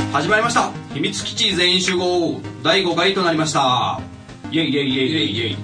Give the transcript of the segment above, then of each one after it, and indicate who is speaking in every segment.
Speaker 1: 始まりました秘密基地全員集合第5回となりました。イエイイエイイエイイエイイエイ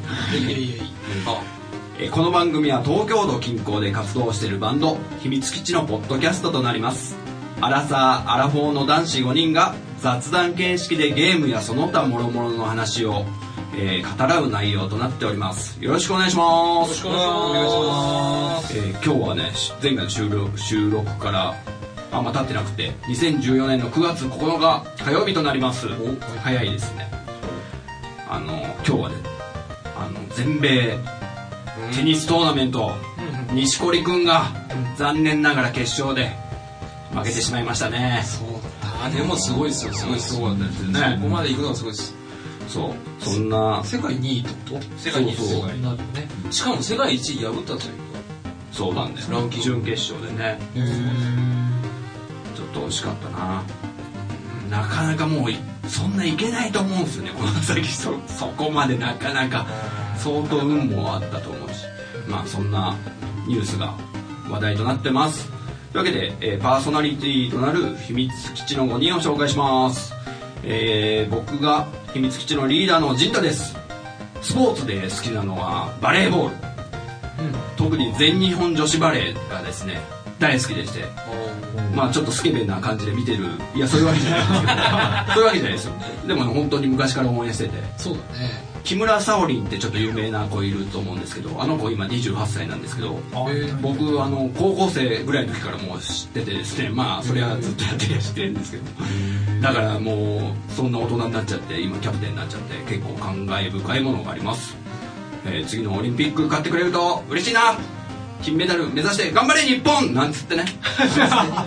Speaker 1: この番組は東京都近郊で活動しているバンド秘密基地のポッドキャストとなります。アラサーアラフォーの男子5人が雑談形式でゲームやその他諸々の話を、語らう内容となっております。よろしくお願いします。
Speaker 2: よろしくお願いします。
Speaker 1: 今日はね、前回の収録からあんま経ってなくて2014年の9月9日火曜日となります。早いですね。今日はね、全米テニストーナメント、錦織くんが残念ながら決勝で負けてしまいましたね。
Speaker 2: そうだ。でもすごいですよ。すごい
Speaker 1: すごかったですよね。
Speaker 2: そこまで行くのはすごいです。
Speaker 1: そう。そんな
Speaker 2: 世界2位ってこと？世界2位
Speaker 1: そう
Speaker 2: なるね。しかも世界1位破ったというか。
Speaker 1: そうなんだよ。ランキング準決勝でね。ちょっと惜しかったな。なかなかもうそんないけないと思うんですよね。この先そこまでなかなか相当運もあったと思うし、まあそんなニュースが話題となってます。というわけで、パーソナリティとなる秘密基地の5人を紹介します。僕が秘密基地のリーダーの陣太です。スポーツで好きなのはバレーボール、特に全日本女子バレーがですね大好きでして、まあちょっとスケベな感じで見てる、いやそういうわけじゃないですけどそういうわけじゃないですよ。でも本当に昔から応援してて。
Speaker 2: そうだね。
Speaker 1: 木村沙織ってちょっと有名な子いると思うんですけど、あの子今28歳なんですけど、僕高校生ぐらいの時からもう知っててですね、まあそれはずっとやって知ってるんですけど、だからもうそんな大人になっちゃって今キャプテンになっちゃって結構感慨深いものがあります。次のオリンピック勝ってくれると嬉しいな、金メダル目指して頑張れ日本なんつってねはい、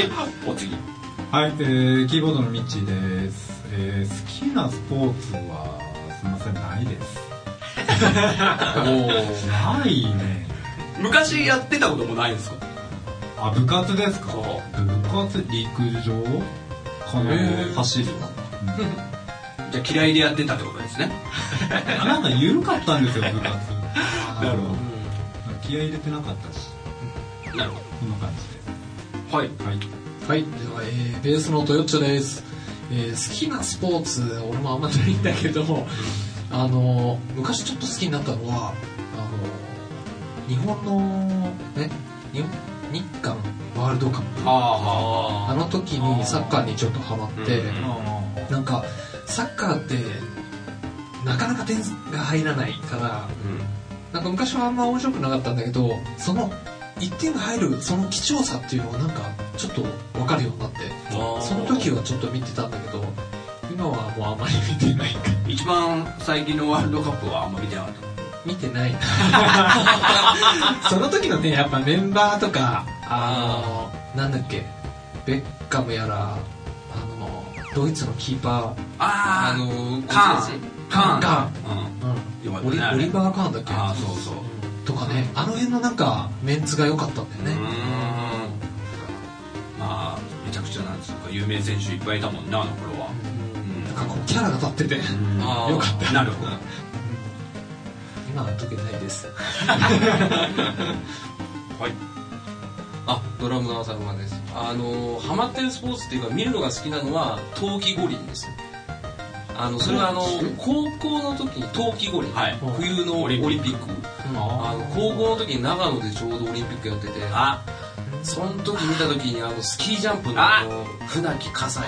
Speaker 1: お次。
Speaker 3: はい、キーボードのミッチーです。好きなスポーツはすみません、ないですないね。
Speaker 1: 昔やってたこともないんですか？
Speaker 3: あ、部活ですか？部活、陸上かな、走る
Speaker 1: じゃあ嫌いでやってたってことですね
Speaker 3: なんか緩かったんですよ、部活
Speaker 1: なるほど。
Speaker 3: 気合い入れてなかったし。
Speaker 1: なるほど。
Speaker 3: こんな感じで。
Speaker 1: はい
Speaker 2: はい。では、ベースのトヨッチョです。好きなスポーツ俺もあんまないんだけど、昔ちょっと好きになったのは日本のね、日韓ワールドカップ、あの時にサッカーにちょっとハマって、なんかサッカーってなかなか点が入らないから、なんか昔はあんま面白くなかったんだけど、その1点が入るその貴重さっていうのがなんかちょっと分かるようになって、その時はちょっと見てたんだけど今はもうあんまり見てないか。
Speaker 1: 一番最近のワールドカップはあんま見てなかった？
Speaker 2: 見てないその時のね、やっぱメンバーとかなんだっけ、ベッカムやらドイツのキーパー
Speaker 1: カーン、
Speaker 2: オリバー・カーンだっけ、
Speaker 1: そうそう
Speaker 2: とかね、あの辺のなんかメンツが良かったんだよね。ま
Speaker 1: あめちゃくちゃなんですか、有名選手いっぱいいたもんな、あの頃は。
Speaker 2: なんかこうキャラが立っててよかった。
Speaker 1: なるほど。
Speaker 2: 今は解けないです
Speaker 1: はい。
Speaker 4: ドラムの浅沼です。ハマってるスポーツっていうか見るのが好きなのは冬季五輪ですね。それは高校の時に冬季五輪、冬のオリンピック、高校の時に長野でちょうどオリンピックやってて、その時見た時にスキージャンプの船木葛西、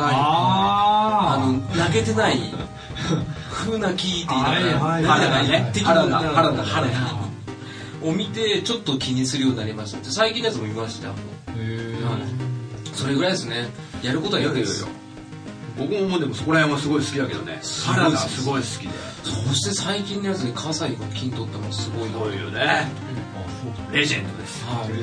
Speaker 4: 投げてない船木って言いながら原田を見てちょっと気にするようになりました。最近のやつも見ました。それぐらいですね。やることはやるけど。
Speaker 1: 僕もでもそこら辺はすごい好きだけどね。原田すごい好きで。
Speaker 4: そして最近のやつで葛西が金取ったのすごいな。
Speaker 1: そうよね。レジェンドです。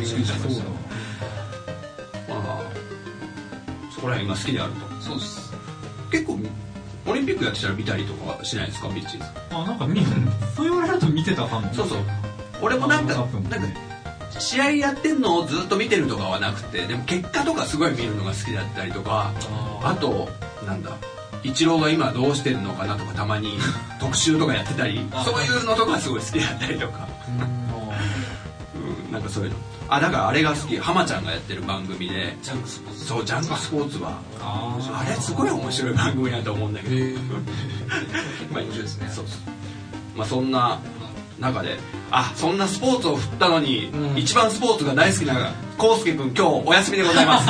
Speaker 1: そこら辺が好きであると。
Speaker 4: そうです。
Speaker 1: 結構オリンピックやってたら見たりとかはしないですか、ミッチーさん？
Speaker 3: なんかそう言われると見てたかも。
Speaker 1: そうそう。俺もなんか試合やってんのをずっと見てるとかはなくて、でも結果とかすごい見るのが好きだったりとか、あとなんだ、イチローが今どうしてるのかなとかたまに特集とかやってたりそういうのとかすごい好きだったりとかなんかそういうのだからあれが好き。浜ちゃんがやってる番組で
Speaker 4: ジャンクスポーツ。
Speaker 1: そうジャンクスポーツはあれすごい面白い番組だと思うんだけど
Speaker 4: まあ面白いですね。
Speaker 1: そうまあそんな中でそんなスポーツを振ったのに、一番スポーツが大好きな康介君今日お休みでございます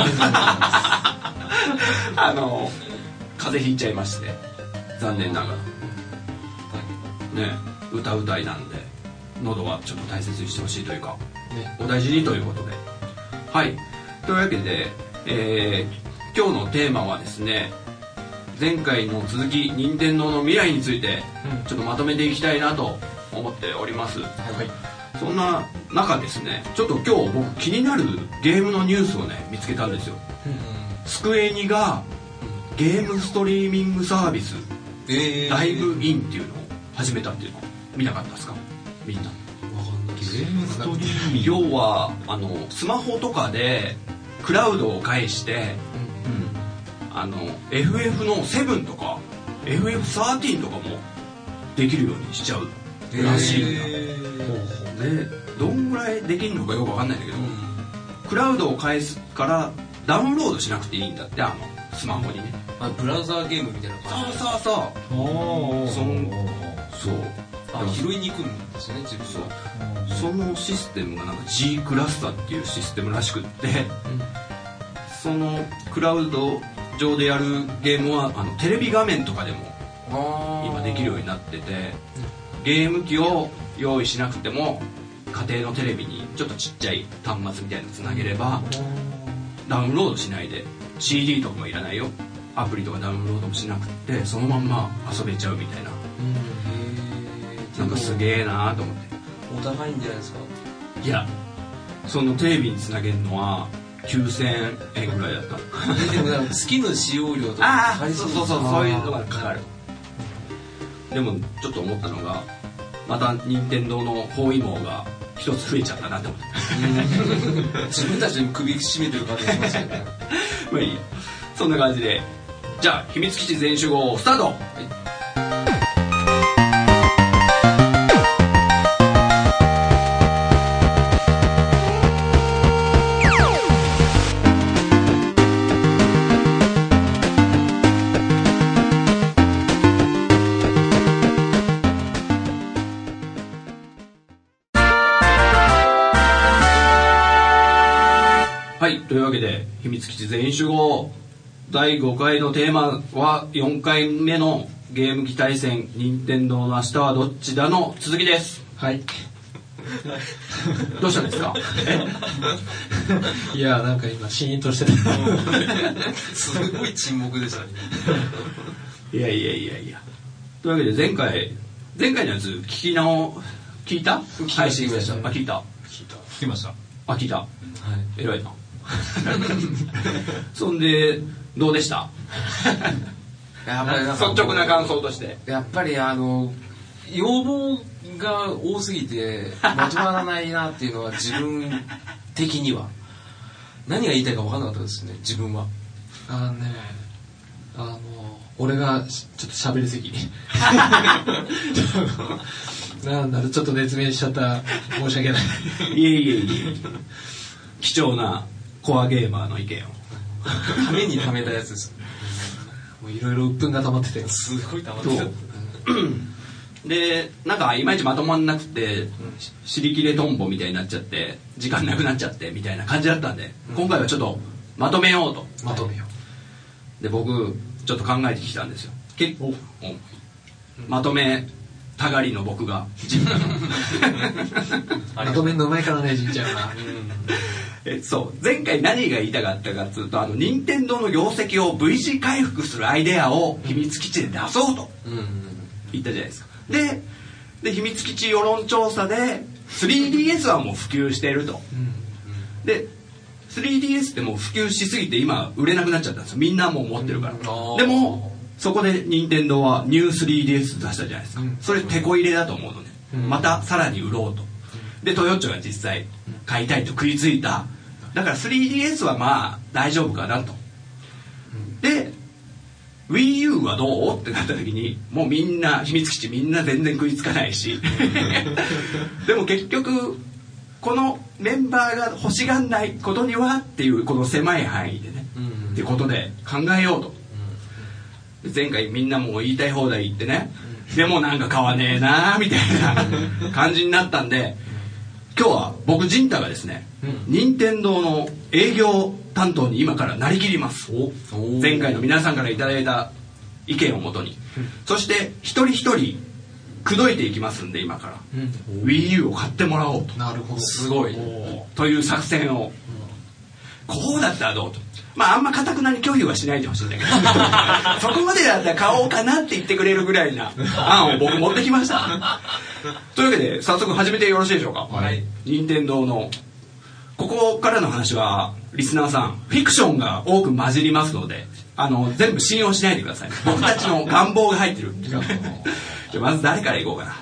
Speaker 1: 風邪ひいちゃいまして残念ながらね歌いなんで喉はちょっと大切にしてほしいというか、ね、お大事にということではいというわけで、今日のテーマはですね前回の続き任天堂の未来についてちょっとまとめていきたいなと思っております、はい、そんな中ですねちょっと今日僕気になるゲームのニュースをね見つけたんですよ、スクエニがゲームストリーミングサービス、ライブインっていうのを始めたっていうのを見なかったですかみんな。
Speaker 3: ゲームストリーミング
Speaker 1: 要はスマホとかでクラウドを介して、FF の7とか FF13 とかもできるようにしちゃうらしいんだ。でどんぐらいできるのかよくわかんないんだけど、クラウドを介すからダウンロードしなくていいんだってスマホにね。
Speaker 4: ブラウザーゲームみたいな感じ。
Speaker 1: そう
Speaker 4: 拾いに行くんですよね自分は。
Speaker 1: そのシステムがなんか G クラスターっていうシステムらしくって、そのクラウド上でやるゲームはテレビ画面とかでも今できるようになってて、ゲーム機を用意しなくても家庭のテレビにちょっとちっちゃい端末みたいなのつなげればダウンロードしないで CD とかもいらないよ、アプリとかダウンロードもしなくてそのまんま遊べちゃうみたいな、なんかすげえなと思って。
Speaker 4: お高いんじゃないですか。
Speaker 1: いやそのテレビにつなげるのは9000円ぐらいだった
Speaker 4: でもなんか月の使用料とか
Speaker 1: そういうのがかかる。でもちょっと思ったのがまた任天堂の包囲網が一つ増えちゃったなって思って
Speaker 4: 自分たちで首絞めてる感じがしますよね
Speaker 1: まあいいや、そんな感じでじゃあ秘密基地全集合スタート。はい、というわけで秘密基地全員集合第5回のテーマは4回目のゲーム機対戦任天堂の明日はどっちだの続きです。
Speaker 2: はい
Speaker 1: どうしたんですか
Speaker 2: いやなんか今シーンとしてる
Speaker 4: すごい沈黙でしたね
Speaker 1: いやというわけで前回のやつ聞いた配信でした。聞い
Speaker 3: ました。
Speaker 1: 聞いた、偉いなそんでどうでした
Speaker 4: やっぱり
Speaker 1: 率直な感想として。
Speaker 4: やっぱり要望が多すぎてまとまらないなっていうのは自分的には何が言いたいか分からなかったですね自分は。
Speaker 2: 俺がちょっと喋りすぎなんだろうちょっと熱弁しちゃった申し訳ない
Speaker 1: いえ貴重なコアゲーマーの意見を
Speaker 4: ためにためたやつです。
Speaker 2: もういろいろ鬱憤が溜まってて
Speaker 4: すごい溜まってた
Speaker 1: でなんかいまいちまとまんなくて尻切れトンボみたいになっちゃって時間なくなっちゃってみたいな感じだったんで、今回はちょっとまとめようと。で僕ちょっと考えてきたんですよ。結構まとめたがりの僕が
Speaker 2: まとめんのうまいからねじいちゃんは
Speaker 1: そう前回何が言いたかったかっていうと任天堂の業績を V 字回復するアイデアを秘密基地で出そうと言ったじゃないですか。で秘密基地世論調査で 3DS はもう普及していると、で 3DS ってもう普及しすぎて今売れなくなっちゃったんですよ。みんなもう持ってるから、でもそこで任天堂はニュー 3DS 出したじゃないですか、それテこ入れだと思うのね、またさらに売ろうと。でトヨッチョが実際買いたいと食いついた。だから 3DS はまあ大丈夫かなと。で Wii U はどうってなった時にもうみんな秘密基地みんな全然食いつかないしでも結局このメンバーが欲しがんないことにはっていうこの狭い範囲でね、っていうことで考えようと、前回みんなもう言いたい放題言ってね、でもなんか買わねえなみたいな感じになったんで、今日は僕陣太がですね、任天堂の営業担当に今からなりきります。前回の皆さんからいただいた意見をもとに、そして一人一人口説いていきますんで、今から、Wii U を買ってもらおうと。
Speaker 2: なるほど。
Speaker 1: すごいという作戦を、こうだったらどうと。まああんま堅くなに拒否はしないでほしいんだけどそこまでだったら買おうかなって言ってくれるぐらいな案を僕持ってきましたというわけで早速始めてよろしいでしょうか。はい。任天堂のここからの話はリスナーさんフィクションが多く混じりますので、全部信用しないでください。僕たちの願望が入ってるじゃあまず誰からいこうかな。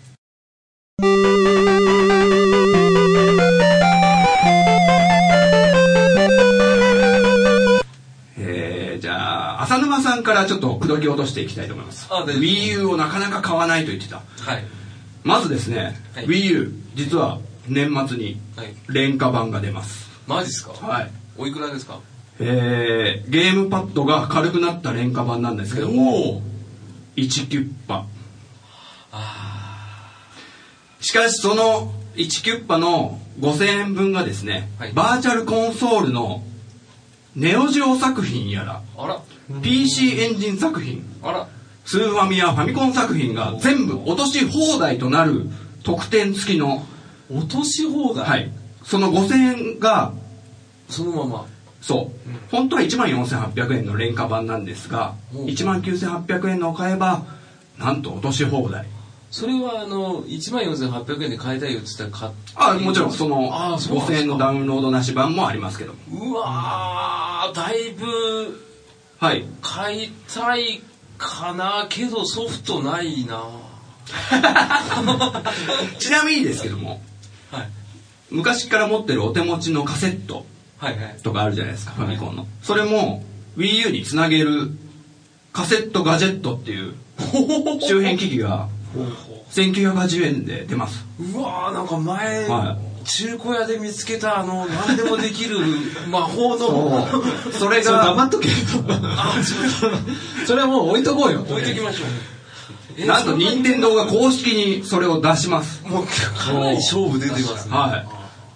Speaker 1: じゃあ浅沼さんからちょっと口説き落としていきたいと思います。Wii U をなかなか買わないと言ってた。はい。まずですね、はい、Wii U 実は年末に廉価版が出ます。
Speaker 4: マジですか？
Speaker 1: はい。
Speaker 4: おいくらですか？
Speaker 1: ゲームパッドが軽くなった廉価版なんですけども、1キュッパ。しかしその1キュッパの5000円分がですね、はい、バーチャルコンソールのネオジオ作品やら、PC エンジン作品、スーファミやファミコン作品が全部落とし放題となる特典付きの。
Speaker 4: 落とし放題？
Speaker 1: はい。その5000円が
Speaker 4: そのまま。
Speaker 1: そう、本当は 14,800 円の廉価版なんですが、19,800 円のを買えばなんと落とし放題。
Speaker 4: それは14,800 円で買いたいよって言ったら
Speaker 1: 買って、もちろんその5000円のダウンロードなし版もありますけど。
Speaker 4: うわー、だいぶ買いたいかな、けどソフトないな
Speaker 1: ちなみにですけども、はい、昔から持ってるお手持ちのカセットとかあるじゃないですか、ファミコンの。それも Wii U につなげるカセットガジェットっていう周辺機器が1980円で出ます。
Speaker 4: うわー、なんか前、中古屋で見つけた何でもできる魔法の
Speaker 1: それが
Speaker 2: 黙っとけとそれはもう置いとこうよ。
Speaker 4: 置いときましょう。
Speaker 1: なんと任天堂が公式にそれを出します。
Speaker 4: もうかなり勝負出てますね。
Speaker 1: はい。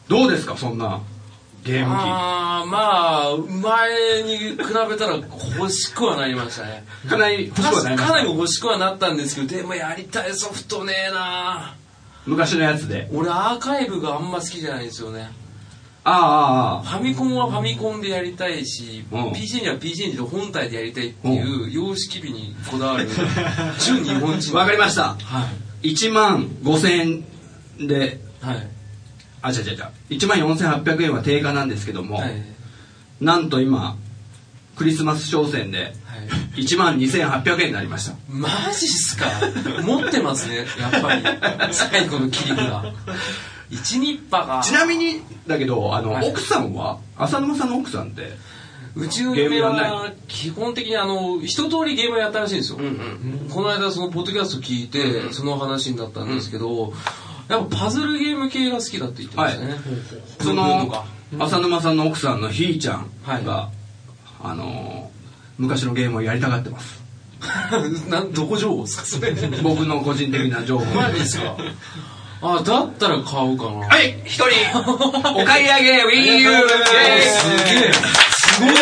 Speaker 1: どうですか、そんなゲーム機。
Speaker 4: まあ前に比べたら欲しくはなりましたね。
Speaker 1: かなり欲しくはなりました。
Speaker 4: かなり欲しくはなったんですけど、でもやりたいソフトねえな。
Speaker 1: 昔のやつで。
Speaker 4: 俺アーカイブがあんま好きじゃないんですよね。
Speaker 1: フ
Speaker 4: ァミコンはファミコンでやりたいし、PC には PC で本体でやりたいっていう様式美にこだわる純日本人。
Speaker 1: わかりました。はい。15,000円で、はい。14,800 円は定価なんですけども、はい、なんと今クリスマス商戦で 12,800 円になりました。
Speaker 4: マジっすか？持ってますね、やっぱり最後の切り札1ニッパが。
Speaker 1: ちなみにだけどはい、奥さんは浅沼さんの奥さんって
Speaker 4: うちの嫁は基本的に一通りゲームやったらしいんですよ、この間そのポッドキャスト聞いてその話になったんですけど、やっぱパズルゲーム系が好きだって言ってましたね、はい、
Speaker 1: その浅沼さんの奥さんのひーちゃんが、昔のゲームをやりたがってます
Speaker 4: どこ情報ですかそれ
Speaker 1: 僕の個人的な情報。
Speaker 4: マジですか？だったら買うかな。
Speaker 1: はい、一人お買い上げ Wii U
Speaker 4: すごいね。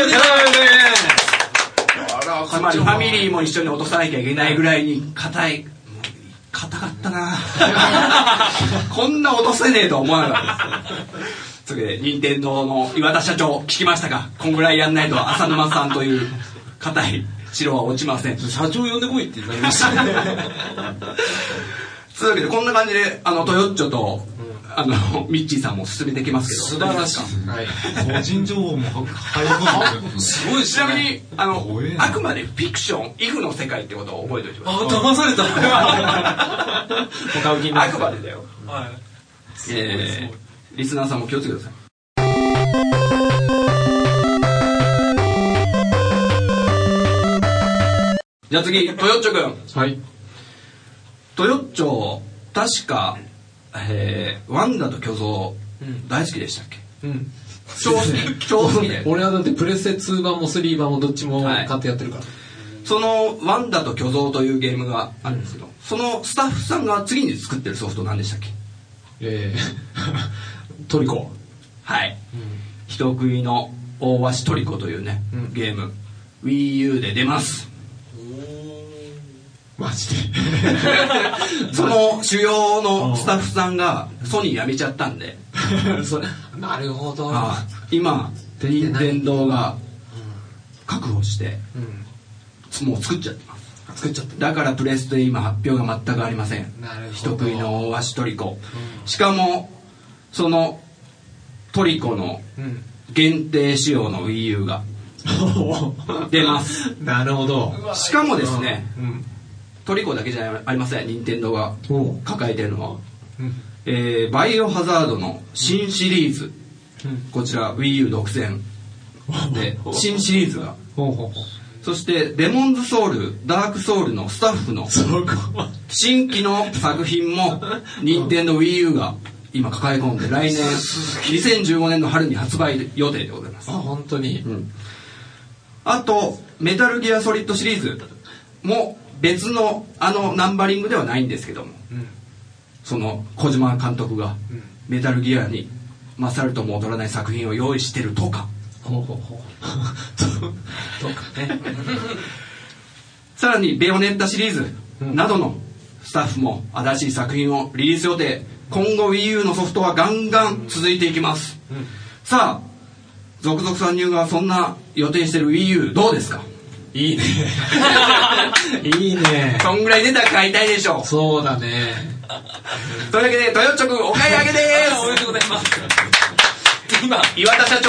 Speaker 1: つまりファミリーも一緒に落とさなきゃいけないぐらいに硬かったなこんな落とせねえとは思わなかったですそれで任天堂の岩田社長聞きましたか？こんぐらいやんないと浅沼さんという硬い城は落ちません。
Speaker 4: 社長呼んでこいってなりましたね
Speaker 1: というわけでこんな感じでトヨッチョとミッチーさんも進めてきます
Speaker 4: けど、素晴らしい、
Speaker 3: はい、個人情報も入り込んで
Speaker 4: すごいですね。
Speaker 1: ちなみにあくまでフィクションイフの世界ってことを覚えておいてください。
Speaker 4: 騙された
Speaker 1: あくまでだよ、はい、リスナーさんも気をつけてください。じゃあ次トヨッチョくん。はい。トヨッチョ確かワンダと巨像大好きでしたっけ？
Speaker 2: 超
Speaker 1: 好きで。
Speaker 2: 俺はだってプレステ2版も3版もどっちも買ってやってるから。
Speaker 1: そのワンダと巨像というゲームがあるんですけど、そのスタッフさんが次に作ってるソフト何でしたっけ？
Speaker 2: トリコ。
Speaker 1: はい。人食いの大鷲トリコというね、ゲーム Wii U で出ます。
Speaker 2: マジで
Speaker 1: その主要のスタッフさんがソニー辞めちゃったんで
Speaker 2: なるほど。
Speaker 1: 今任天堂が確保して、もう作っちゃってます。だからプレステ今発表が全くありません。人食いの大鷲トリコ、しかもそのトリコの限定仕様の Wii U が出ます。
Speaker 2: なるほど。
Speaker 1: しかもですね、トリコだけじゃありません。任天堂が抱えているのは、バイオハザードの新シリーズ、こちら Wii U 独占で新シリーズが、そしてデモンズソウル、ダークソウルのスタッフの新規の作品も任天堂 Wii U が今抱え込んで、来年2015年の春に発売予定でございます。
Speaker 2: 本当に。
Speaker 1: あとメタルギアソリッドシリーズも別のナンバリングではないんですけども、その小島監督がメタルギアに勝るとも劣らない作品を用意してるとかさらにベヨネッタシリーズなどのスタッフも新しい作品をリリース予定。今後 Wii U のソフトはガンガン続いていきます。さあ続々参入がそんな予定してる Wii U どうですか？
Speaker 2: いいねいいね。
Speaker 1: そんぐらい出たら買いたいでしょう。
Speaker 2: そうだね。
Speaker 1: というわけでトヨッチョくんお買い上げです
Speaker 4: おめでとうございます。
Speaker 1: 今岩田社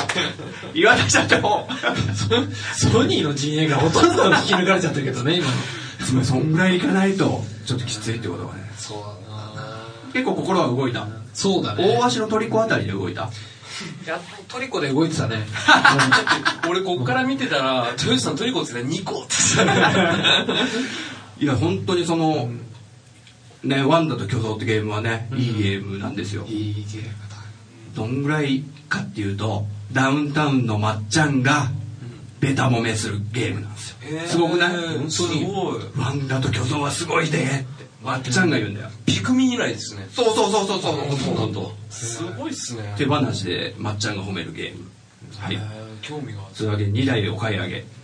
Speaker 1: 長
Speaker 2: ソニーの陣営がほとんど引き抜かれちゃってるけどね今の。
Speaker 1: そんぐらいいかないとちょっときついってことがね。
Speaker 2: そうだな。
Speaker 1: 結構心は動いた。
Speaker 2: そうだね。
Speaker 1: 大鷲のトリコあたりで動いた。
Speaker 2: いやトリコで動いてたね
Speaker 4: 俺こっから見てたら豊内さんトリコって2個って言ってたね。
Speaker 1: いや本当にそのね、ワンダと巨像ってゲームはね、いいゲームなんですよ。
Speaker 2: いいゲームだ。
Speaker 1: どんぐらいかっていうと、ダウンタウンのまっちゃんがベタ揉めするゲームなんですよ。すごくない？本当にワンダと巨像はすごいでってまっちゃんが言うんだよ。
Speaker 4: ピクミン以来ですね。
Speaker 1: そう本当
Speaker 4: すごいっすね。
Speaker 1: 手放しでまっちゃんが褒めるゲーム。はい。
Speaker 4: 興味がある。
Speaker 1: というわけで2台お買い上げ。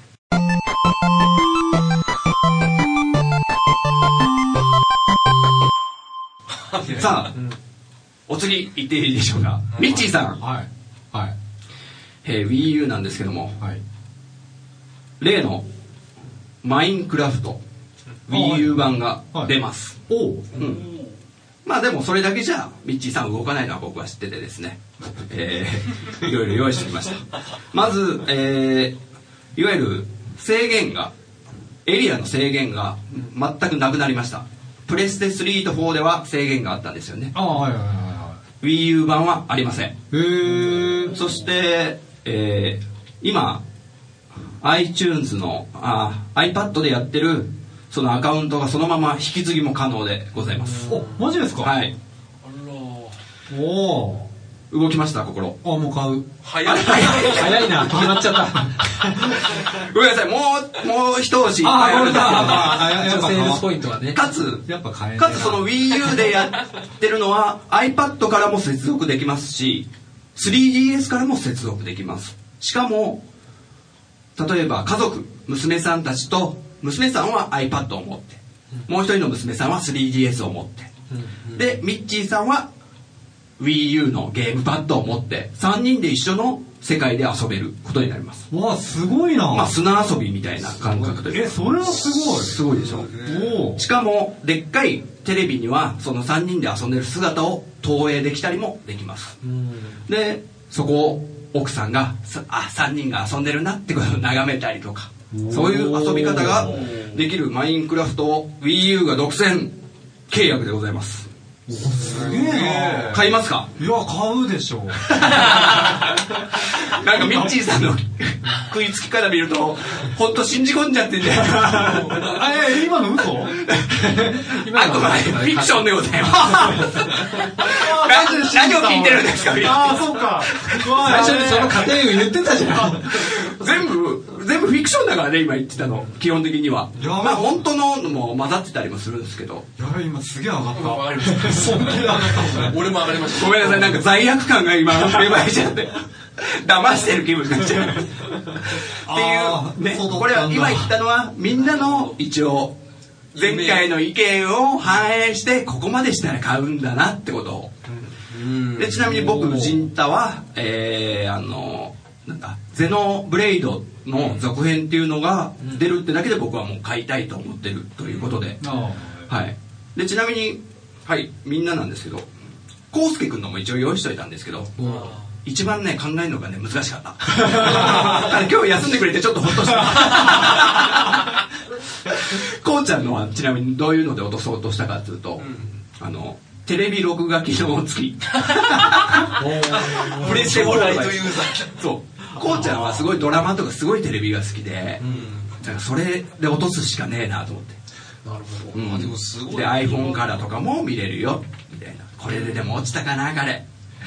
Speaker 1: さあ、お次行っていいでしょうか。ミッチーさん。
Speaker 3: はいはい。
Speaker 1: Wii U なんですけども、例のマインクラフト Wii U 版が出ます。まあでもそれだけじゃミッチーさん動かないのは僕は知っててですね、いろいろ用意してきました。まず、いわゆる制限が、エリアの制限が全くなくなりました。プレステ3と4では制限があったんですよね。Wii U 版はありません。そして、今 iTunes のiPad でやってるそのアカウントがそのまま引き継ぎも可能でございます。
Speaker 3: マジですか？
Speaker 1: はい。動きました心。
Speaker 3: もう買う。
Speaker 4: 早
Speaker 2: いな。決まっちゃった。
Speaker 1: ごめんなさい。もう一押しいっぱいあるんですけど。
Speaker 2: セールスポイントはね。
Speaker 1: かつその Wii U でやってるのは iPad からも接続できますし 3DS からも接続できます。しかも例えば家族娘さんたちと娘さんは iPad を持って、もう一人の娘さんは 3DS を持って、でミッチーさんは Wii U のゲームパッドを持って3人で一緒の世界で遊べることになります。
Speaker 3: わあすごいな。
Speaker 1: 砂遊びみたいな感覚というか。
Speaker 3: それはすごい。
Speaker 1: すごいでしょ。しかもでっかいテレビにはその3人で遊んでる姿を投影できたりもできます。でそこを奥さんが3人が遊んでるなってことを眺めたりとか、そういう遊び方ができるマインクラフトを Wii U が独占契約でございます。
Speaker 3: すげえ。
Speaker 1: 買いますか？
Speaker 3: いや買うでしょう。
Speaker 1: なんかミッチーさんの食いつきから見ると本当信じ込んじゃってんじゃないか
Speaker 3: 今の嘘
Speaker 1: あくまでフィクションでございます何を聞いてるんですか
Speaker 3: ああそうか
Speaker 2: 最初にその過程を言ってたじゃん
Speaker 1: 全部フィクションだからね今言ってたの基本的にはまあ本当のも混ざってたりもするんですけど
Speaker 3: やべ今すげえ上がった
Speaker 4: 上がりました俺も上がりました
Speaker 1: ごめんなさいなんか罪悪感が今芽生えちゃって騙してる気分になっちゃうっていうねこれは今言ったのはみんなの一応前回の意見を反映してここまでしたら買うんだなってことをでちなみに僕陣太はなんだゼノブレイドの続編っていうのが出るってだけで僕はもう買いたいと思ってるということで、はい、でちなみに、はい、みんななんですけど康介君のも一応用意しといたんですけど一番ね考えるのがね難しかった今日休んでくれてちょっとホッとしたこうちゃんのはちなみにどういうので落とそうとしたかっていうと、テレビ録画機能付きプレステ4ライトユーザーそうこうちゃんはすごいドラマとかすごいテレビが好きで、だからそれで落とすしかねえなと思って。
Speaker 2: なるほど。
Speaker 4: でもすごい。
Speaker 1: で iPhone からとかも見れるよみたいな。これででも落ちたかな彼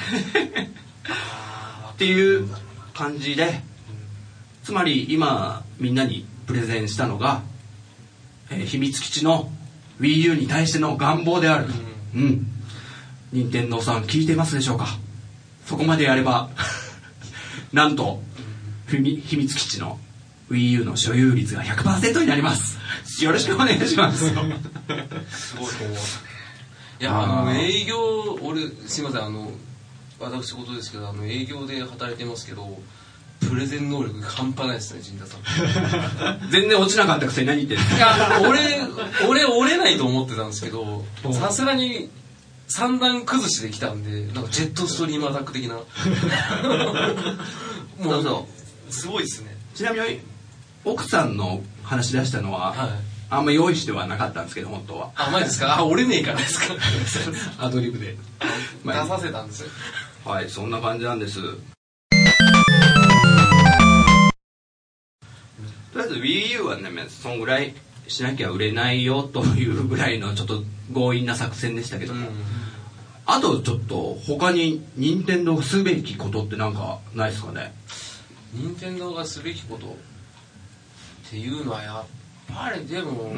Speaker 1: っていう感じで、つまり今みんなにプレゼンしたのが、秘密基地の Wii U に対しての願望である。任天堂さん聞いてますでしょうか。そこまでやればなんと秘密基地の Wii U の所有率が 100% になります。よろしくお願いします。
Speaker 4: すごい。いや営業俺すいません私事ですけど営業で働いてますけどプレゼン能力が半端ないですね陣太さん。
Speaker 1: 全然落ちなかったくせに何言ってるんです
Speaker 4: か。いや俺折れないと思ってたんですけどさすがに3段崩しできたんでなんかジェットストリームアタック的なもうそうすごいですね。
Speaker 1: ちなみに奥さんの話し出したのは、はい、あんま用意してはなかったんですけど本当は。
Speaker 4: マジですか。折れねえからですか。
Speaker 2: アドリブで
Speaker 4: 出させたんですよ。
Speaker 1: はいそんな感じなんです。とりあえず Wii U はねそんぐらいしなきゃ売れないよというぐらいのちょっと強引な作戦でしたけども、あとちょっと他に任天堂がすべきことってなんかないですかね。
Speaker 4: 任天堂がすべきことっていうのはやっぱりでも、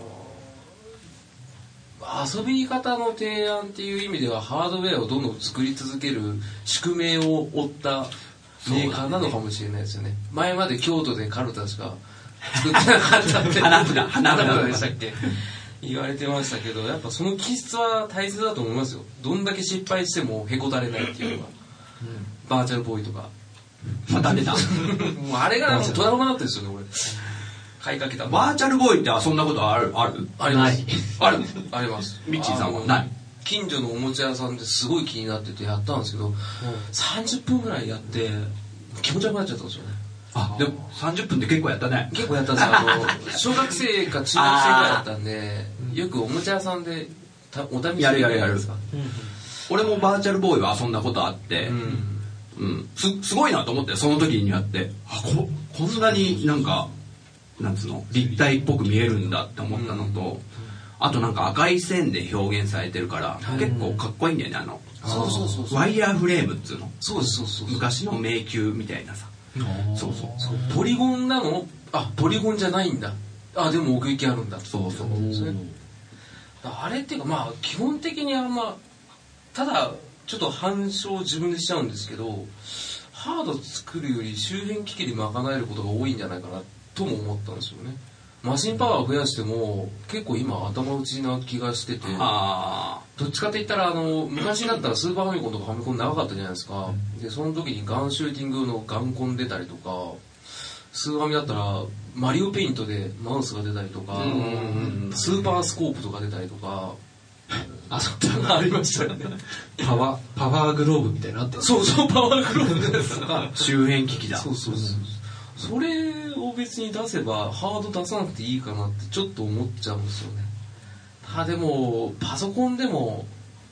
Speaker 4: 遊び方の提案っていう意味ではハードウェアをどんどん作り続ける宿命を負ったメーカーなのかもしれないですよね。前まで京都でカルタしか作ってなかったって花札でしたっけ言われてましたけどやっぱその気質は大切だと思いますよ。どんだけ失敗してもへこたれないっていうのが、バーチャルボーイとか
Speaker 1: また出たも
Speaker 4: うあれがトラウマだったんですよね俺買いかけた。
Speaker 1: バーチャルボーイって遊んだことある
Speaker 4: あります。あります。
Speaker 1: ミッチーさんはない。
Speaker 4: 近所のおもちゃ屋さんですごい気になっててやったんですけど、30分ぐらいやって気持ち悪くなっちゃったんですよね。
Speaker 1: でも30分で結構やったね。
Speaker 4: 結構やったんですよ。小学生か中学生ぐらいだったんでよくおもちゃ屋さんでお試し
Speaker 1: やる俺もバーチャルボーイは遊んだことあって、すごいなと思ってその時にやってこんなになんかなんつうの立体っぽく見えるんだって思ったのと、あとなんか赤い線で表現されてるから、結構かっこいいんだよね
Speaker 4: そう
Speaker 1: ワイヤーフレームっつうの。
Speaker 4: そう
Speaker 1: 昔の迷宮みたいなさ。そう
Speaker 4: ポリゴンなの？ポリゴンじゃないんだ。でも奥行きあるんだ。そうあれっていうか基本的にただちょっと反証自分でしちゃうんですけどハード作るより周辺機器で賄えることが多いんじゃないかなとも思ったんですよね。マシンパワーを増やしても結構今頭打ちな気がしてて、どっちかって言ったら昔だったらスーパーファミコンとかファミコン長かったじゃないですか。でその時にガンシューティングのガンコン出たりとか、スーファミだったらマリオペイントでマウスが出たりとか、スーパースコープとか出たりとかありましたよね。
Speaker 2: パワーグローブみたいなのあって、
Speaker 4: そうパワーグローブですとか
Speaker 1: 周辺機器だ。
Speaker 4: それを別に出せばハード出さなくていいかなってちょっと思っちゃうんですよね。でもパソコンでも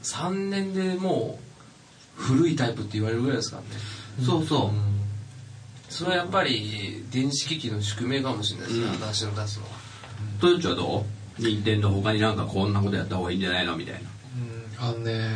Speaker 4: 3年でもう古いタイプって言われるぐらいですからね。 それはやっぱり電子機器の宿命かもしれないですね、私の出すのは。
Speaker 1: トヨッチはどう？任天堂他になんかこんなことやった方がいいんじゃないのみたいな。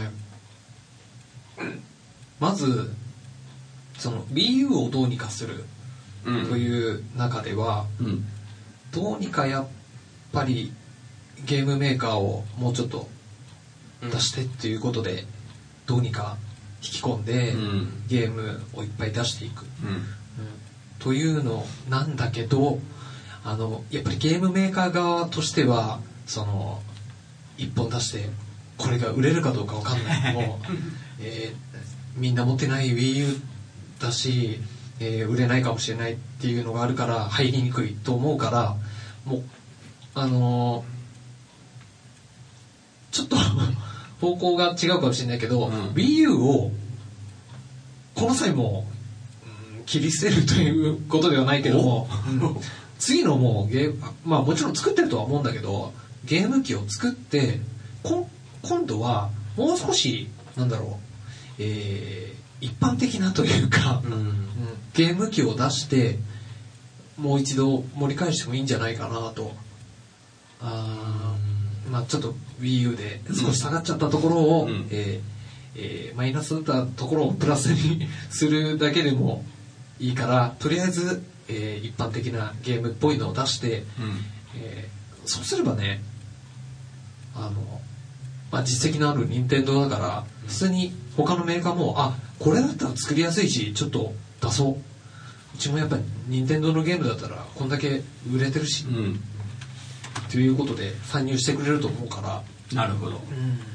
Speaker 2: まずその Wii U をどうにかするという中では、どうにかやっぱりゲームメーカーをもうちょっと出してっていうことで、どうにか引き込んでゲームをいっぱい出していく、というのなんだけど、やっぱりゲームメーカー側としてはその一本出してこれが売れるかどうかわかんないけどみんな持ってない Wii U だし、売れないかもしれないっていうのがあるから入りにくいと思うから、もうちょっと方向が違うかもしれないけど、Wii U をこの際も切り捨てるということではないけども、次のもうまあもちろん作ってるとは思うんだけど、ゲーム機を作って今度はもう少しなんだろう、一般的なというか、ゲーム機を出してもう一度盛り返してもいいんじゃないかなと。まあちょっと Wii U で少し下がっちゃったところを、マイナスだったところをプラスにするだけでもいいから、とりあえず、一般的なゲームっぽいのを出して、そうすればね、まあ、実績のある任天堂だから普通に他のメーカーもこれだったら作りやすいしちょっと出そう、うちもやっぱり任天堂のゲームだったらこんだけ売れてるし、ということで参入してくれると思うから。
Speaker 1: なるほど、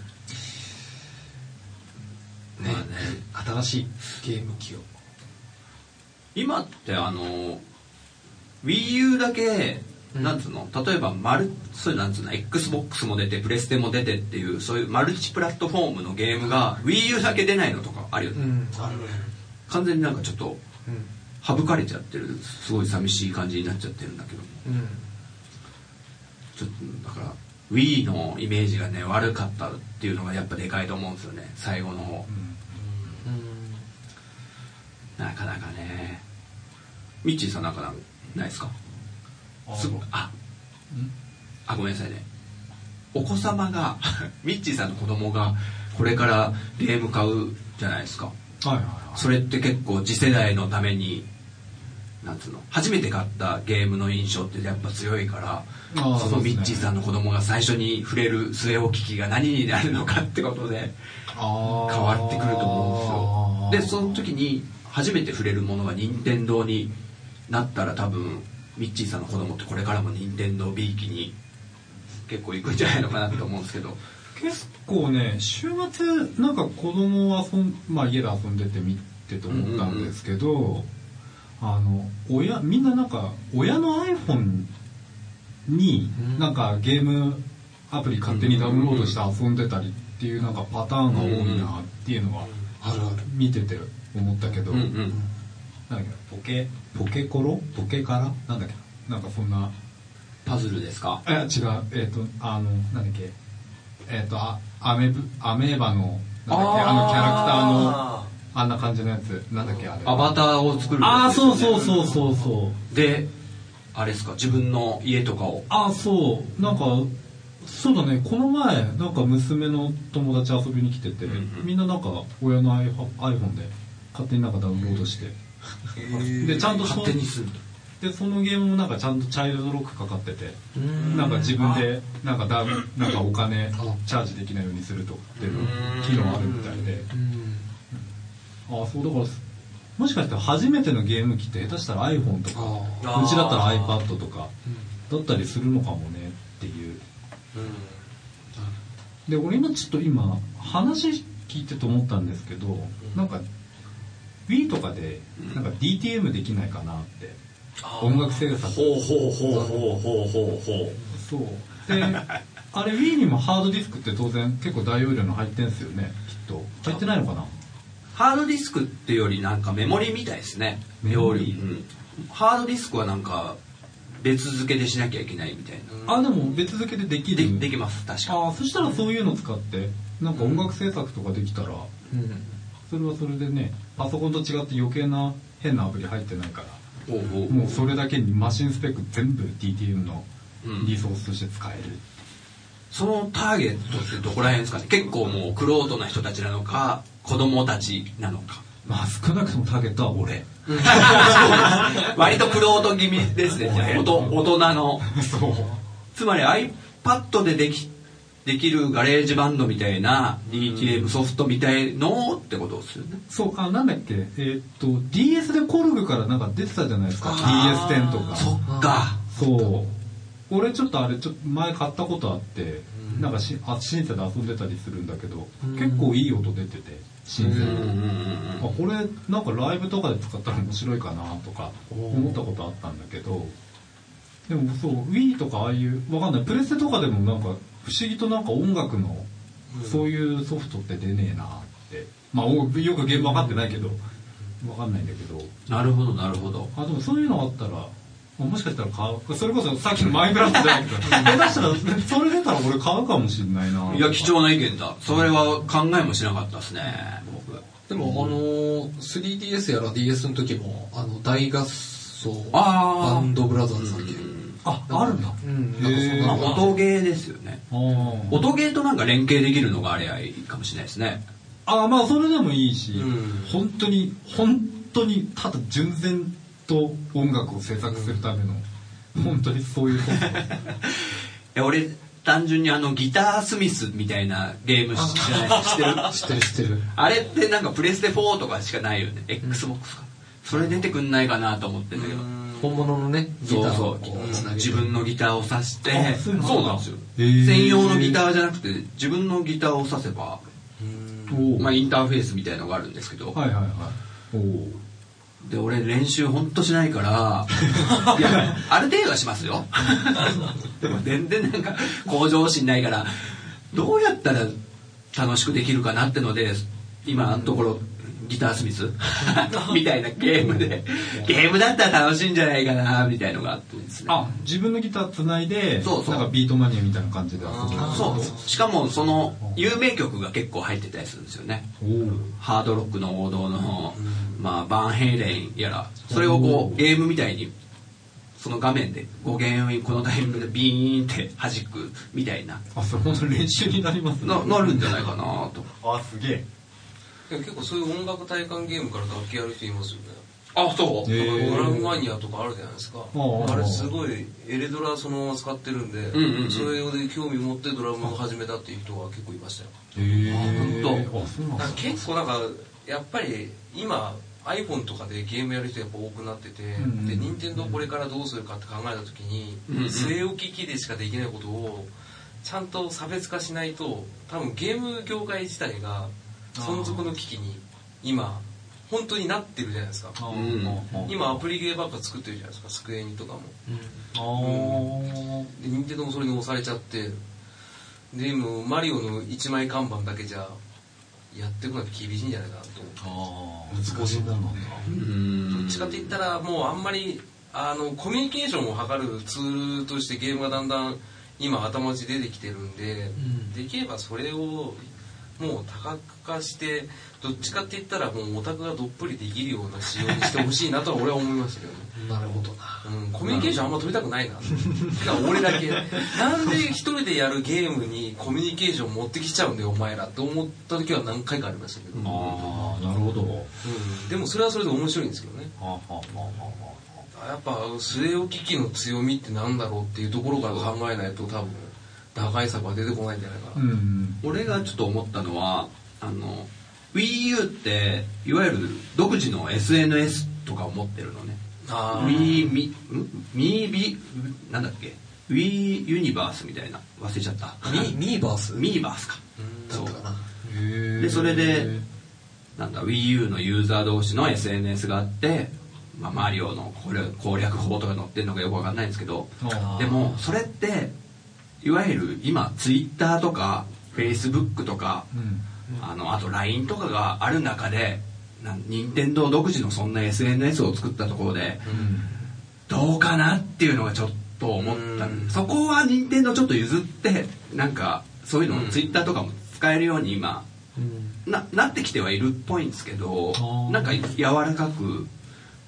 Speaker 2: 新しいゲーム機を
Speaker 1: 今ってWii U だけなんつうの、例えばそういうなんつうの Xbox も出てプレステも出てっていうそういうマルチプラットフォームのゲームが Wii U だけ出ないのとかあるよね、
Speaker 2: あるね。
Speaker 1: 完全になんかちょっと省かれちゃってる、すごい寂しい感じになっちゃってるんだけども、ちょっとだから Wii のイメージがね悪かったっていうのがやっぱでかいと思うんですよね、最後の方、なかなかね。ミッチーさんなんかないですか？ごめんなさいね、お子様がミッチーさんの子供がこれからゲーム買うじゃないですか、それって結構次世代のためになんつうの、初めて買ったゲームの印象ってやっぱ強いから、そのミッチーさんの子供が最初に触れる据え置き機が何になるのかってことで変わってくると思うんですよ。でその時に初めて触れるものが任天堂になったら、多分ミッチーさんの子供ってこれからも任天堂 B 機に結構行くんじゃないのかなと思うんですけど、
Speaker 3: 結構ね週末なんか子供家で遊んでて見てて思ったんですけど、みんななんか親の iPhone になんかゲームアプリ勝手にダウンロードして遊んでたりっていうなんかパターンが多いなっていうのが見てて思ったけど、なんだっけポケコロポケカラなんだっけ、なんかそんな
Speaker 1: パズルですか？
Speaker 3: 違う、なんだっけアメーバのなんだっけキャラクターのあんな感じのやつなんだっけ、あれ
Speaker 1: アバターを作るやつですよね。
Speaker 3: そう
Speaker 1: であれですか、自分の家とかを
Speaker 3: そうなんかそうだね、この前なんか娘の友達遊びに来てて、みんななんか親の iPhone で勝手になんかダウンロードしてでちゃんと
Speaker 1: 勝手にする
Speaker 3: でそのゲームもなんかちゃんとチャイルドロックかかってて、なんか自分でなんかお金チャージできないようにするとかっていう機能あるみたいで、そうだからもしかしたら初めてのゲーム機って下手したら iPhone とかうちだったら iPad とかだったりするのかもねっていう。で俺今話聞いてと思ったんですけど、なんか Wii とかでなんか DTM できないかなって、音楽制作。そうであれ Wii にもハードディスクって当然結構大容量の入ってんすよね、きっと。入ってないのかな。
Speaker 1: ハードディスクってよりなんかメモリみたいですね。容量、ハードディスクはなんか別付けでしなきゃいけないみたいな。
Speaker 3: でも別付けでできる。
Speaker 1: できます、確か。
Speaker 3: そしたらそういうの使ってなんか音楽制作とかできたら、それはそれでね、パソコンと違って余計な変なアプリ入ってないから、
Speaker 1: おうおう
Speaker 3: もうそれだけにマシンスペック全部 DTM のリソースとして使える。
Speaker 1: そのターゲットってどこら辺ですかね。結構もうクロートな人たちなのか子供たちなのか。
Speaker 3: まあ少なくともターゲットは俺。
Speaker 1: 割とクロート気味ですね。じゃあ大人の。
Speaker 3: そう。
Speaker 1: つまり iPad でできるガレージバンドみたいな DTM ソフトみたいのってことですよね。
Speaker 3: そう、なんだっけ、DS でコルグからなんか出てたじゃないですか。DS10 とか。
Speaker 1: そっか。
Speaker 3: そう。俺ちょっと前買ったことあって、なんかシンセで遊んでたりするんだけど、結構いい音出てて、シンセで。これなんかライブとかで使ったら面白いかなとか思ったことあったんだけど、でもそう Wii とかああいうわかんないプレステとかでもなんか不思議となんか音楽のそういうソフトって出ねえなって、まあよくゲーム分かってないけど分かんないんだけど。
Speaker 1: なるほどなるほど。
Speaker 3: でもそういうのあったらもしかしたら買う。それこそさっきのマイクラフトじゃないけど下手したらそれ出たら俺買うかもしれないな。
Speaker 1: いや貴重な意見だ。それは考えもしなかったですね僕。
Speaker 2: でも3DS やら DS の時も大合奏バンドブラザーズだっけ。
Speaker 3: あるんだ。
Speaker 1: まあ音ゲーですよね。音ゲーとなんか連携できるのがあればいいかもしれないですね。
Speaker 3: まあそれでもいいし、本当にただ純然と音楽を制作するための本当にそういうこと
Speaker 1: 俺単純にギタースミスみたいなゲーム知ってるあれってなんかプレステ4とかしかないよね。 XBOX か。それ出てくんないかなと思ってんだけど、
Speaker 2: 本物のねギターを
Speaker 1: 自分のギターを挿して。そうなんですよ。
Speaker 3: 専
Speaker 1: 専用のギターじゃなくて自分のギターを挿せばまあインターフェースみたいのがあるんですけど、
Speaker 3: はいはいはい。
Speaker 1: で俺練習ほんとしないからいやある程度はしますよでも全然なんか向上心ないからどうやったら楽しくできるかなってので今のところギタースミスみたいなゲームだったら楽しいんじゃないかなみたいのがあってですね。
Speaker 3: 自分のギターつないで
Speaker 1: そう
Speaker 3: なんかビートマニアみたいな感じで遊ぶ。
Speaker 1: そうしかもその有名曲が結構入ってたりするんですよね。ハードロックの王道の、まあ、バンヘイレンやらそれをこうゲームみたいにその画面で5弦をこのタイミングでビーンって弾くみたいな。
Speaker 3: それ本当に練習になりますね。
Speaker 1: なるんじゃないかなと。
Speaker 3: すげえ。
Speaker 4: 結構そういう音楽体感ゲームから楽器やる人いますよね。
Speaker 1: そう。
Speaker 4: ドラムマニアとかあるじゃないですか。あれすごいエレドラそのまま使ってるんで、それで興味持ってドラムを始めたっていう人は結構いましたよ。結構なんかやっぱり今 iPhone とかでゲームやる人やっぱ多くなってて、で任天堂これからどうするかって考えた時に、据え置き機でしかできないことをちゃんと差別化しないと多分ゲーム業界自体が存続の危機に今本当になってるじゃないですか。今アプリゲーばっか作ってるじゃないですか、スクエニとかも。で任天堂もそれに押されちゃって、でもマリオの一枚看板だけじゃやっていくのって厳しいんじゃないかなと思って。
Speaker 3: 難しいもんなんだ。
Speaker 4: どっちかって言ったらもうあんまりコミュニケーションを図るツールとしてゲームがだんだん今頭打ち出てきてるんで、できればそれをもう多角化してどっちかって言ったらもうオタクがどっぷりできるような仕様にしてほしいなとは俺は思いましたけどね。
Speaker 2: なるほどな。
Speaker 4: コミュニケーションあんま取りたくないな。俺だけなんで一人でやるゲームにコミュニケーション持ってきちゃうんだよお前らって思った時は何回かありましたけど。
Speaker 3: なるほど。
Speaker 4: でもそれはそれで面白いんですけどね。やっぱ据え置き機の強みってなんだろうっていうところから考えないと多分打開策は出てこないんじゃないかな。
Speaker 1: 俺がちょっと思ったのはWii U っていわゆる独自の SNS とかを持ってるのね。なんだっけ Wii ユニバースみたいな忘れちゃった。
Speaker 2: ミーバース
Speaker 1: か。
Speaker 2: そうかな。
Speaker 1: でそれでなんだ Wii U のユーザー同士の SNS があって、マリオの攻略法とか載ってるのかよくわかんないんですけど、でもそれっていわゆる今 Twitter とか Facebook とか、あと LINE とかがある中で任天堂独自のそんな SNS を作ったところで、どうかなっていうのがちょっと思った。そこは任天堂ちょっと譲ってなんかそういうのを Twitter とかも使えるように今、なってきてはいるっぽいんですけど、なんか柔らかく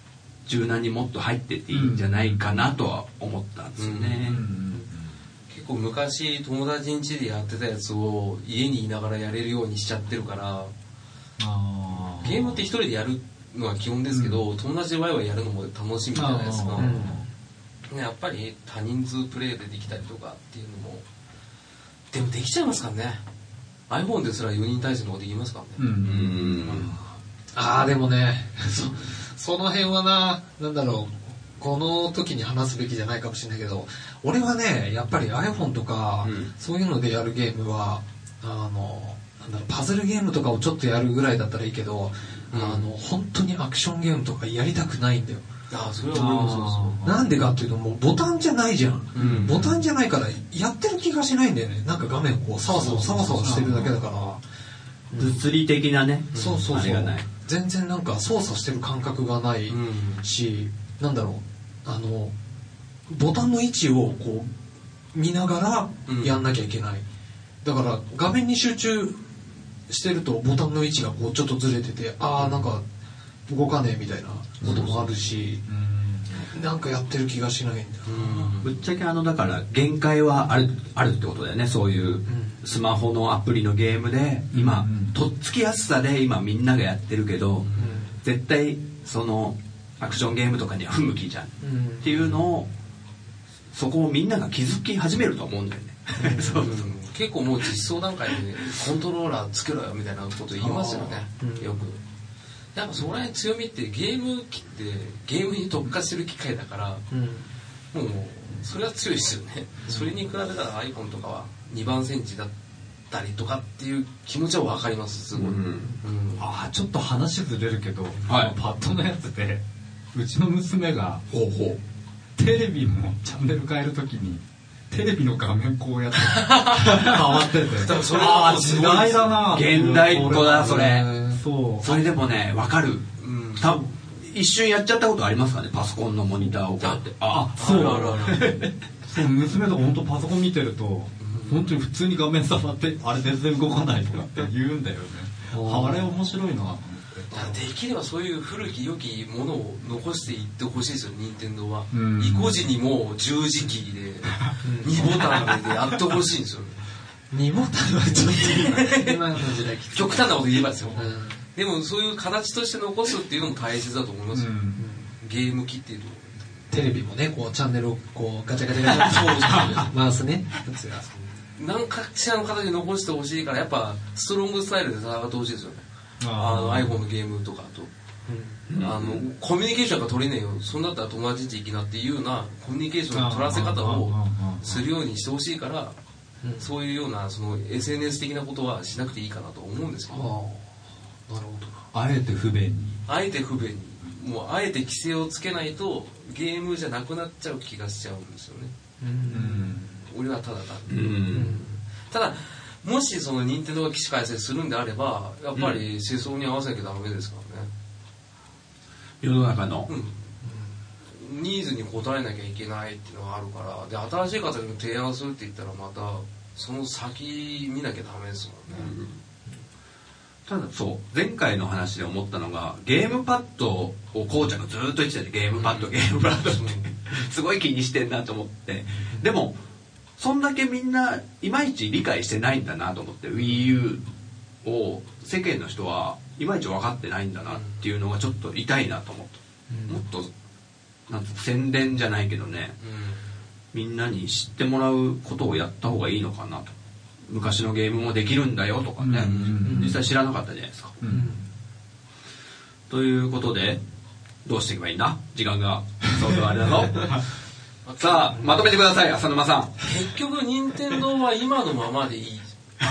Speaker 1: 柔軟にもっと入ってっていいんじゃないかなとは思ったんですよね。
Speaker 4: 結構昔友達ん家でやってたやつを家にいながらやれるようにしちゃってるから、ゲームって一人でやるのは基本ですけど、友達でワイワイやるのも楽しみじゃないですか。やっぱり多人数プレイでできたりとかっていうのもでもできちゃいますからね。 iPhone ですら4人対戦の方ができますからね。
Speaker 2: でもねその辺はなんだろう、この時に話すべきじゃないかもしれないけど、俺はねやっぱり iPhone とか、そういうのでやるゲームはなんだろう、パズルゲームとかをちょっとやるぐらいだったらいいけど、本当にアクションゲームとかやりたくないんだよ。
Speaker 4: それは俺もそうそう。
Speaker 2: なんでかっていうと、もうボタンじゃないじゃん、ボタンじゃないからやってる気がしないんだよね。なんか画面こうサワサワしてるだけだから、
Speaker 1: 物理的なね、
Speaker 2: そう
Speaker 1: あれがない。
Speaker 2: 全然なんか操作してる感覚がないし、なんだろう、ボタンの位置をこう見ながらやんなきゃいけない、だから画面に集中してるとボタンの位置がこうちょっとずれてて、なんか動かねえみたいなこともあるし、なんかやってる気がしないんだよ。
Speaker 1: ぶっちゃけだから限界はあるってことだよね。そういうスマホのアプリのゲームで今、とっつきやすさで今みんながやってるけど、絶対そのアクションゲームとかには不向きじゃん、っていうのを、そこをみんなが気づき始めると思うんだよね。
Speaker 4: 結構もう実装段階でコントローラーつけろよみたいなこと言いますよね、よく。やっぱそこら辺強みって、ゲーム機ってゲームに特化してる機械だから、もうそれは強いですよね。それに比べたら iPhone とかは2番センチだったりとかっていう気持ちは分かります、すごい。
Speaker 3: ちょっと話ずれるけど、パッドのやつでうちの娘がテレビもチャンネル変えるときにテレビの画面こうやって変わってて
Speaker 4: それは
Speaker 3: 時代だな、
Speaker 1: 現代っ子だそれ。
Speaker 3: そ
Speaker 1: れでもね分かる。多分一瞬やっちゃったことありますかね、パソコンのモニターをこうやって。
Speaker 3: そう娘とか本当パソコン見てると本当に普通に画面触ってあれ全然動かないとかって言うんだよね。あれ面白いなと思って。
Speaker 4: できればそういう古き良きものを残していってほしいですよ、任天堂は。意固地にも十字キーで2ボタンでやってほしいんですよ。
Speaker 2: 2ボタンはちょっと今の時代
Speaker 4: 極端なこと言えばですよ、でもそういう形として残すっていうのも大切だと思いますよ、ゲーム機っていうと。
Speaker 2: テレビもね、こうチャンネルをこうガチャガチャガチャ回すね、
Speaker 4: 何かしらの形で残してほしいから、やっぱストロングスタイルで戦ってほしいですよね。iPhone のゲームとかと、コミュニケーションが取れねえよ、そんだったら友達ん家行きなっていうようなコミュニケーションの取らせ方をするようにしてほしいから、そういうようなその SNS 的なことはしなくていいかなと思うんですけど。
Speaker 2: なるほど。
Speaker 3: あえて不便に
Speaker 4: もうあえて規制をつけないとゲームじゃなくなっちゃう気がしちゃうんですよね。俺はただただもしその任天堂が機種改正するんであれば、やっぱり世相に合わせなきゃダメですからね、
Speaker 1: 世の中の、
Speaker 4: ニーズに応えなきゃいけないっていうのがあるから。で、新しい形の提案するって言ったらまたその先見なきゃダメですもんね、
Speaker 1: ただ前回の話で思ったのが、ゲームパッドをこうちゃんがずっと言ってたゲームパッドってすごい気にしてんなと思って、でもそんだけみんないまいち理解してないんだなと思って、 Wii U を世間の人はいまいち分かってないんだなっていうのがちょっと痛いなと思った、もっとなんて宣伝じゃないけどね、みんなに知ってもらうことをやった方がいいのかなと。昔のゲームもできるんだよとかね、実際知らなかったじゃないですか、ということでどうしていけばいいんだ、時間が相当あれだぞさあまとめてください、浅沼さん。
Speaker 4: 結局任天堂は今のままでいい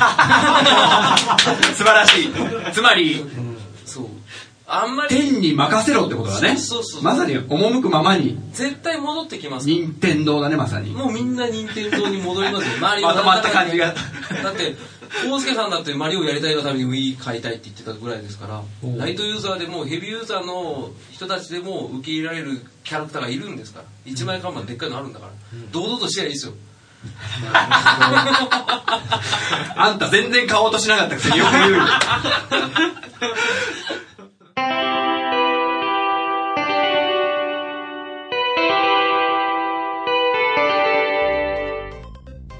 Speaker 1: 素晴らしい。つまり、
Speaker 4: そう、あんまり
Speaker 1: 天に任せろってことだね。まさに赴くままに
Speaker 4: 絶対戻ってきます。
Speaker 1: 任天堂だね、まさに。
Speaker 4: もうみんな任天堂に戻りますよ。周り
Speaker 1: まとまった感じが。
Speaker 4: だって康介さんだってマリオやりたいがために Wii 買いたいって言ってたぐらいですから、ライトユーザーでもヘビーユーザーの人たちでも受け入れられるキャラクターがいるんですから。一枚看板でっかいのあるんだから、堂々としてりゃいいですよ。
Speaker 1: あんた全然買おうとしなかったくせによく言うよ。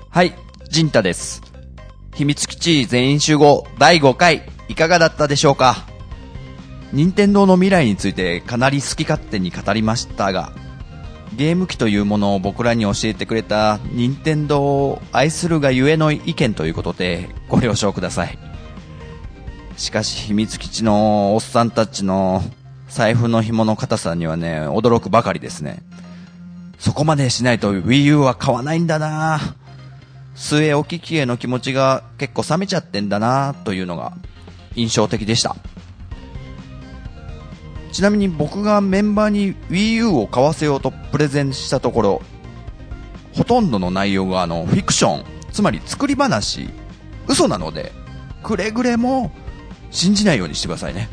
Speaker 5: はい、ジンタです。秘密基地全員集合第5回いかがだったでしょうか。任天堂の未来についてかなり好き勝手に語りましたが、ゲーム機というものを僕らに教えてくれた任天堂を愛するがゆえの意見ということでご了承ください。しかし秘密基地のおっさんたちの財布の紐の硬さにはね、驚くばかりですね。そこまでしないと Wii U は買わないんだな、据え置き機への気持ちが結構冷めちゃってんだなというのが印象的でした。ちなみに僕がメンバーに Wii U を買わせようとプレゼンしたところ、ほとんどの内容がフィクション、つまり作り話、嘘なのでくれぐれも信じないようにしてくださいね。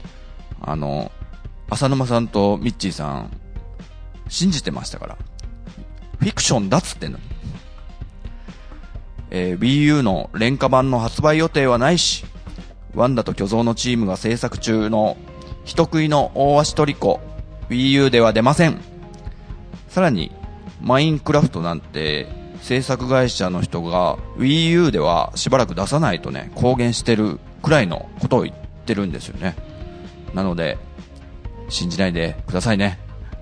Speaker 5: 浅沼さんとミッチーさん信じてましたから、フィクションだっつってんのに。Wii U の廉価版の発売予定はないし、ワンダと巨像のチームが制作中の人食いの大足トリコ Wii U では出ません。さらにマインクラフトなんて制作会社の人が Wii U ではしばらく出さないとね、公言してるくらいのことを言ってるんですよね。なので信じないでくださいね。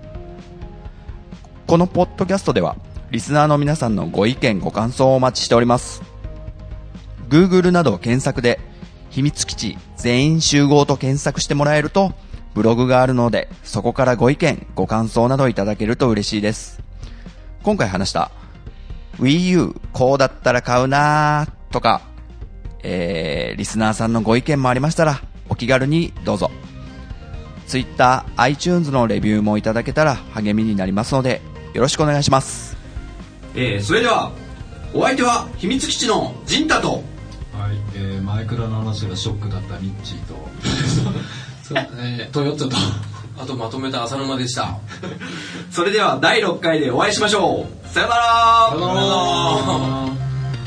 Speaker 5: このポッドキャストではリスナーの皆さんのご意見ご感想をお待ちしております。 Google など検索で秘密基地全員集合と検索してもらえるとブログがあるので、そこからご意見ご感想などいただけると嬉しいです。今回話した Wii U こうだったら買うなーとか、リスナーさんのご意見もありましたらお気軽にどうぞ。 Twitter、iTunes のレビューもいただけたら励みになりますのでよろしくお願いします。
Speaker 1: それではお相手は秘密基地のジンタと、
Speaker 3: はい、マイクラの話がショックだったミッチーと
Speaker 2: トヨッチョと、
Speaker 4: あとまとめた浅沼でした。
Speaker 1: それでは第6回でお会いしましょう。さよなら。
Speaker 2: さよなら。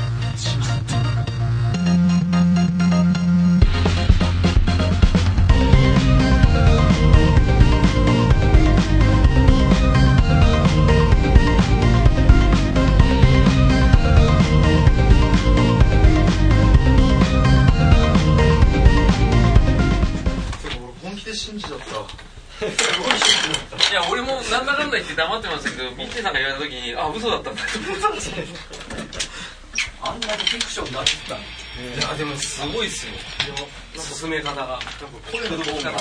Speaker 4: いや俺もなんだかんだ言って黙ってましたけど、ミッチーさんが言われた時に嘘だったんだと思ったんですよ。
Speaker 1: あんなにフィクションだってたの。
Speaker 4: いやでもすごいっすよ、進め方が。
Speaker 1: 声のトーンが上がった。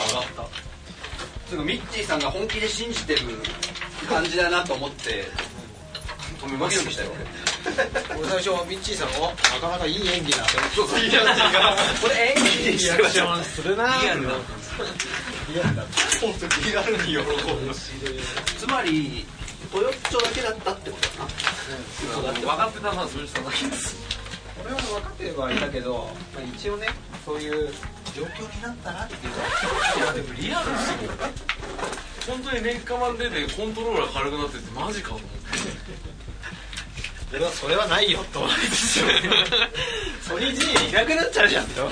Speaker 1: ミッチーさんが本気で信じてる感じだなと思って止めませんでしたよ。
Speaker 2: 俺最初ミッチーさんをなかなかいい演技だって
Speaker 1: そうそう、いい演技がこれ演技でしてました。
Speaker 2: するな
Speaker 1: リアルだ本当に気軽に喜ぶ。つまりトヨッチョだけだったってことだな。
Speaker 4: 分かってたのはそれしただけです。
Speaker 2: 俺は分かってはいたけど、一応ね、そういう状況になったらっていう
Speaker 4: いやでもリアルですよ。本当に廉価版出てコントローラー軽くなっててマジかと思って。
Speaker 2: それはないよとソニー G いなくなっちゃうじゃんと本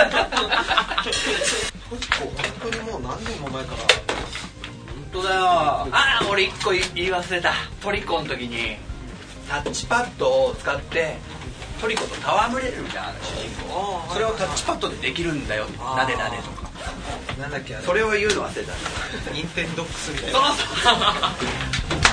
Speaker 2: 当にもう何年も前から。
Speaker 1: 本当だよ。俺一個言い忘れた。トリコの時にタッチパッドを使ってトリコと戯れるみたいな主人公。それをタッチパッドでできるんだよ。なでなでとか。
Speaker 2: なんだっけ、
Speaker 1: それを言うの忘れた。
Speaker 2: ニンテンドックスみたいな。
Speaker 1: そうそう